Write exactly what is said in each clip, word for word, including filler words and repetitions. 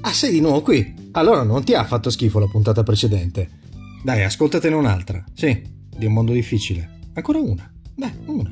Ah, sei di nuovo qui? Allora non ti ha fatto schifo la puntata precedente. Dai, ascoltatene un'altra. Sì, di Un mondo difficile. Ancora una. Dai, una.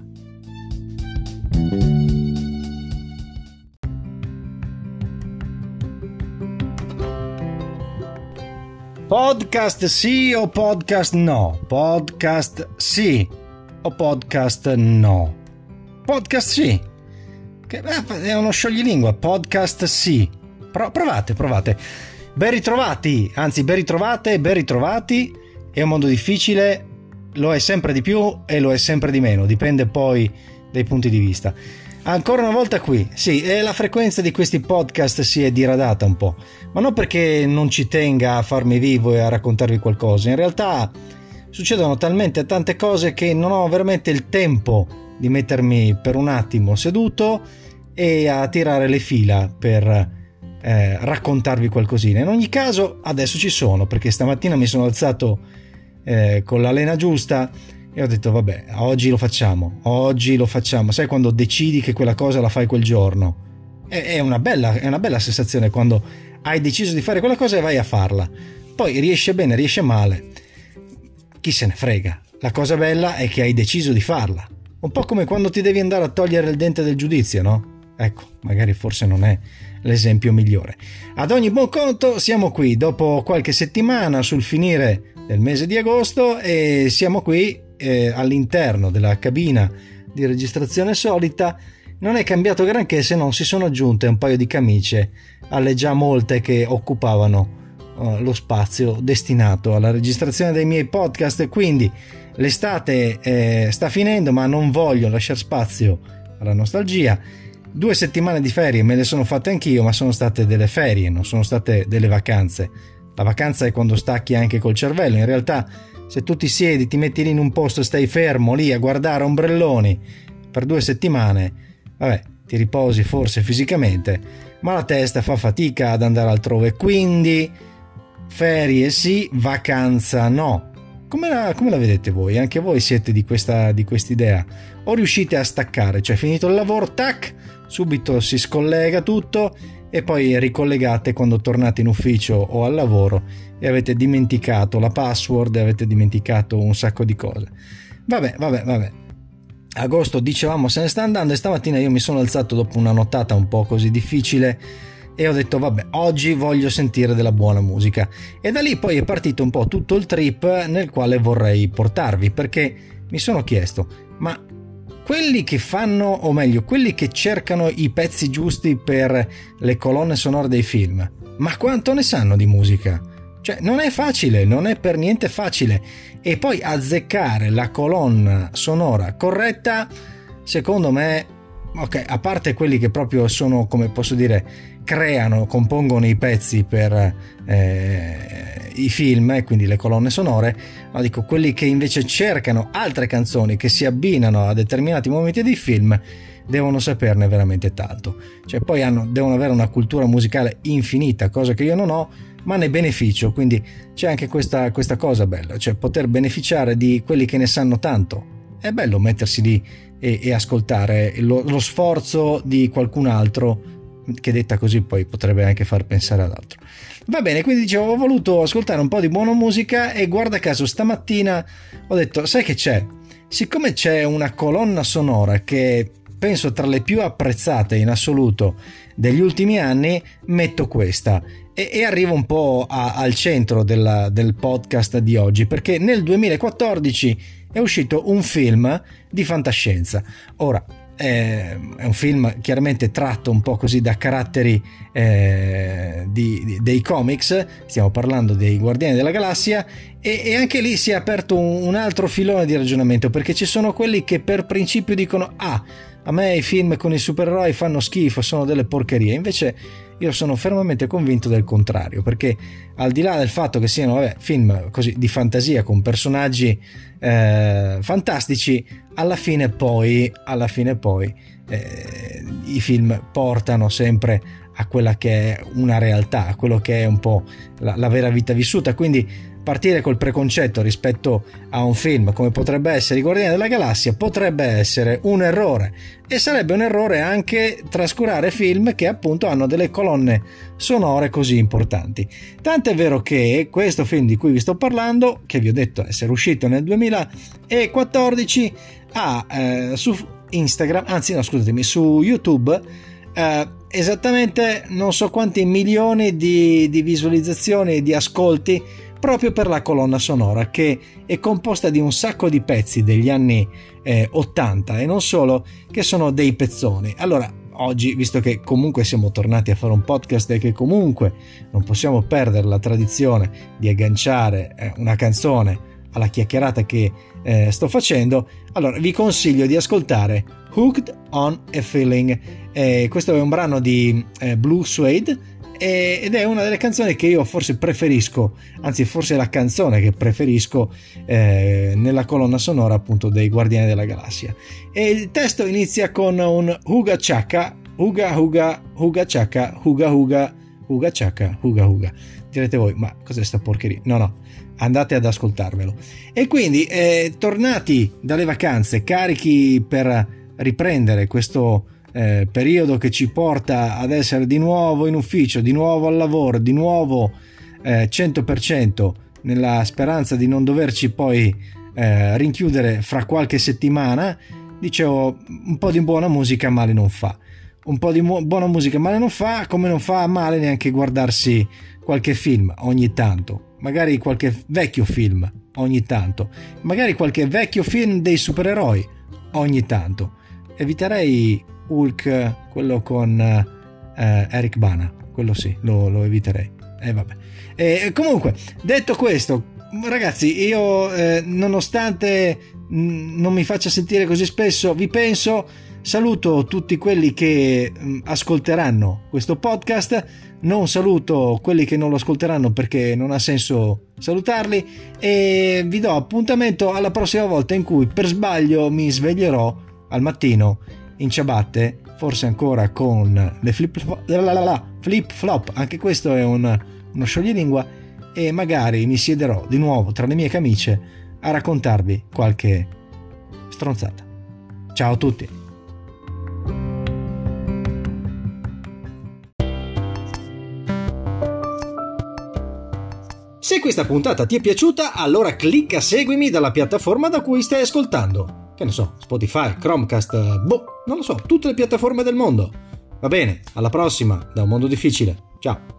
Podcast sì o podcast no? Podcast sì o podcast no? Podcast sì. Che è uno scioglilingua. Podcast sì. Pro- provate, provate. Ben ritrovati, anzi ben ritrovate, ben ritrovati. È un mondo difficile, lo è sempre di più e lo è sempre di meno, dipende poi dai punti di vista. Ancora una volta qui, sì, e la frequenza di questi podcast si è diradata un po', ma non perché non ci tenga a farmi vivo e a raccontarvi qualcosa. In realtà succedono talmente tante cose che non ho veramente il tempo di mettermi per un attimo seduto e a tirare le fila per eh, raccontarvi qualcosina. In ogni caso adesso ci sono, perché stamattina mi sono alzato eh, con la lena giusta e ho detto vabbè, oggi lo facciamo, oggi lo facciamo. Sai quando decidi che quella cosa la fai quel giorno? È, è, una bella, è una bella sensazione quando hai deciso di fare quella cosa e vai a farla. Poi riesce bene, riesce male, chi se ne frega. La cosa bella è che hai deciso di farla. Un po' come quando ti devi andare a togliere il dente del giudizio, no? Ecco, magari forse non è l'esempio migliore. Ad ogni buon conto siamo qui dopo qualche settimana sul finire del mese di agosto e siamo qui eh, all'interno della cabina di registrazione solita. Non è cambiato granché, se non si sono aggiunte un paio di camicie alle già molte che occupavano uh, lo spazio destinato alla registrazione dei miei podcast. Quindi l'estate eh, sta finendo, ma non voglio lasciare spazio alla nostalgia. Due settimane di ferie me le sono fatte anch'io, ma sono state delle ferie, non sono state delle vacanze. La vacanza è quando stacchi anche col cervello. In realtà, se tu ti siedi, ti metti lì in un posto e stai fermo lì a guardare ombrelloni per due settimane, vabbè, ti riposi forse fisicamente, ma la testa fa fatica ad andare altrove. Quindi ferie sì, vacanza no. Come la, come la vedete voi? Anche voi siete di questa di quest'idea? O riuscite a staccare? Cioè, finito il lavoro, tac, subito si scollega tutto e poi ricollegate quando tornate in ufficio o al lavoro e avete dimenticato la password e avete dimenticato un sacco di cose. Vabbè, vabbè, vabbè. Agosto, dicevamo, se ne sta andando e stamattina io mi sono alzato dopo una nottata un po' così difficile e ho detto vabbè, oggi voglio sentire della buona musica, e da lì poi è partito un po' tutto il trip nel quale vorrei portarvi, perché mi sono chiesto, ma quelli che fanno, o meglio quelli che cercano i pezzi giusti per le colonne sonore dei film, ma quanto ne sanno di musica? Cioè non è facile, non è per niente facile, e poi azzeccare la colonna sonora corretta, secondo me, ok, a parte quelli che proprio sono, come posso dire, creano, compongono i pezzi per eh, i film e quindi le colonne sonore, ma dico quelli che invece cercano altre canzoni che si abbinano a determinati momenti dei film devono saperne veramente tanto. Cioè poi hanno, devono avere una cultura musicale infinita, cosa che io non ho, ma ne beneficio, quindi c'è anche questa, questa cosa bella, cioè poter beneficiare di quelli che ne sanno tanto. È bello mettersi lì e, e ascoltare lo, lo sforzo di qualcun altro, che detta così poi potrebbe anche far pensare ad altro. Va bene, quindi dicevo, ho voluto ascoltare un po' di buona musica e guarda caso stamattina ho detto, sai che c'è? Siccome c'è una colonna sonora che penso tra le più apprezzate in assoluto degli ultimi anni, metto questa e, e arrivo un po' a, al centro della, del podcast di oggi, perché nel duemilaquattordici è uscito un film di fantascienza. Ora, è un film chiaramente tratto un po' così da caratteri eh, di, di, dei comics, stiamo parlando dei Guardiani della Galassia, e, e anche lì si è aperto un, un altro filone di ragionamento, perché ci sono quelli che per principio dicono ah, a me i film con i supereroi fanno schifo, sono delle porcherie. Invece io sono fermamente convinto del contrario, perché al di là del fatto che siano vabbè, film così di fantasia con personaggi eh, fantastici, alla fine poi alla fine poi eh, i film portano sempre a quella che è una realtà, a quello che è un po' la, la vera vita vissuta. Quindi partire col preconcetto rispetto a un film come potrebbe essere I Guardiani della Galassia potrebbe essere un errore, e sarebbe un errore anche trascurare film che appunto hanno delle colonne sonore così importanti. Tant'è vero che questo film di cui vi sto parlando, che vi ho detto essere uscito nel duemilaquattordici, ha eh, su Instagram, anzi no scusatemi, su YouTube eh, esattamente non so quanti milioni di, di visualizzazioni e di ascolti, proprio per la colonna sonora, che è composta di un sacco di pezzi degli anni eh, ottanta, e non solo, che sono dei pezzoni. Allora oggi, visto che comunque siamo tornati a fare un podcast e che comunque non possiamo perdere la tradizione di agganciare eh, una canzone alla chiacchierata che eh, sto facendo, allora vi consiglio di ascoltare Hooked on a Feeling. Eh, questo è un brano di eh, Blue Suede, ed è una delle canzoni che io forse preferisco, anzi forse è la canzone che preferisco eh, nella colonna sonora appunto dei Guardiani della Galassia. E il testo inizia con un Huga Chaka, Huga Huga, Huga Chaka, Huga Huga, Huga Chaka, Huga Huga. Direte voi, ma cos'è sta porcheria? No, no, andate ad ascoltarvelo. E quindi, eh, tornati dalle vacanze, carichi per riprendere questo Eh, periodo che ci porta ad essere di nuovo in ufficio, di nuovo al lavoro, di nuovo eh, cento per cento, nella speranza di non doverci poi eh, rinchiudere fra qualche settimana, dicevo, un po' di buona musica male non fa. Un po' di mu- buona musica male non fa, come non fa male neanche guardarsi qualche film ogni tanto, magari qualche vecchio film ogni tanto, magari qualche vecchio film dei supereroi ogni tanto. Eviterei Hulk, quello con eh, Eric Bana, quello sì, lo, lo eviterei. E eh, vabbè. E comunque, detto questo, ragazzi, io eh, nonostante mh, non mi faccia sentire così spesso, vi penso, saluto tutti quelli che mh, ascolteranno questo podcast, non saluto quelli che non lo ascolteranno perché non ha senso salutarli, e vi do appuntamento alla prossima volta in cui per sbaglio mi sveglierò al mattino in ciabatte, forse ancora con le flip flip flop, anche questo è un, uno scioglilingua, e magari mi siederò di nuovo tra le mie camicie a raccontarvi qualche stronzata. Ciao a tutti. Se questa puntata ti è piaciuta, allora clicca seguimi dalla piattaforma da cui stai ascoltando. Che ne so, Spotify, Chromecast, boh, non lo so, tutte le piattaforme del mondo. Va bene, alla prossima, da Un Mondo Difficile. Ciao.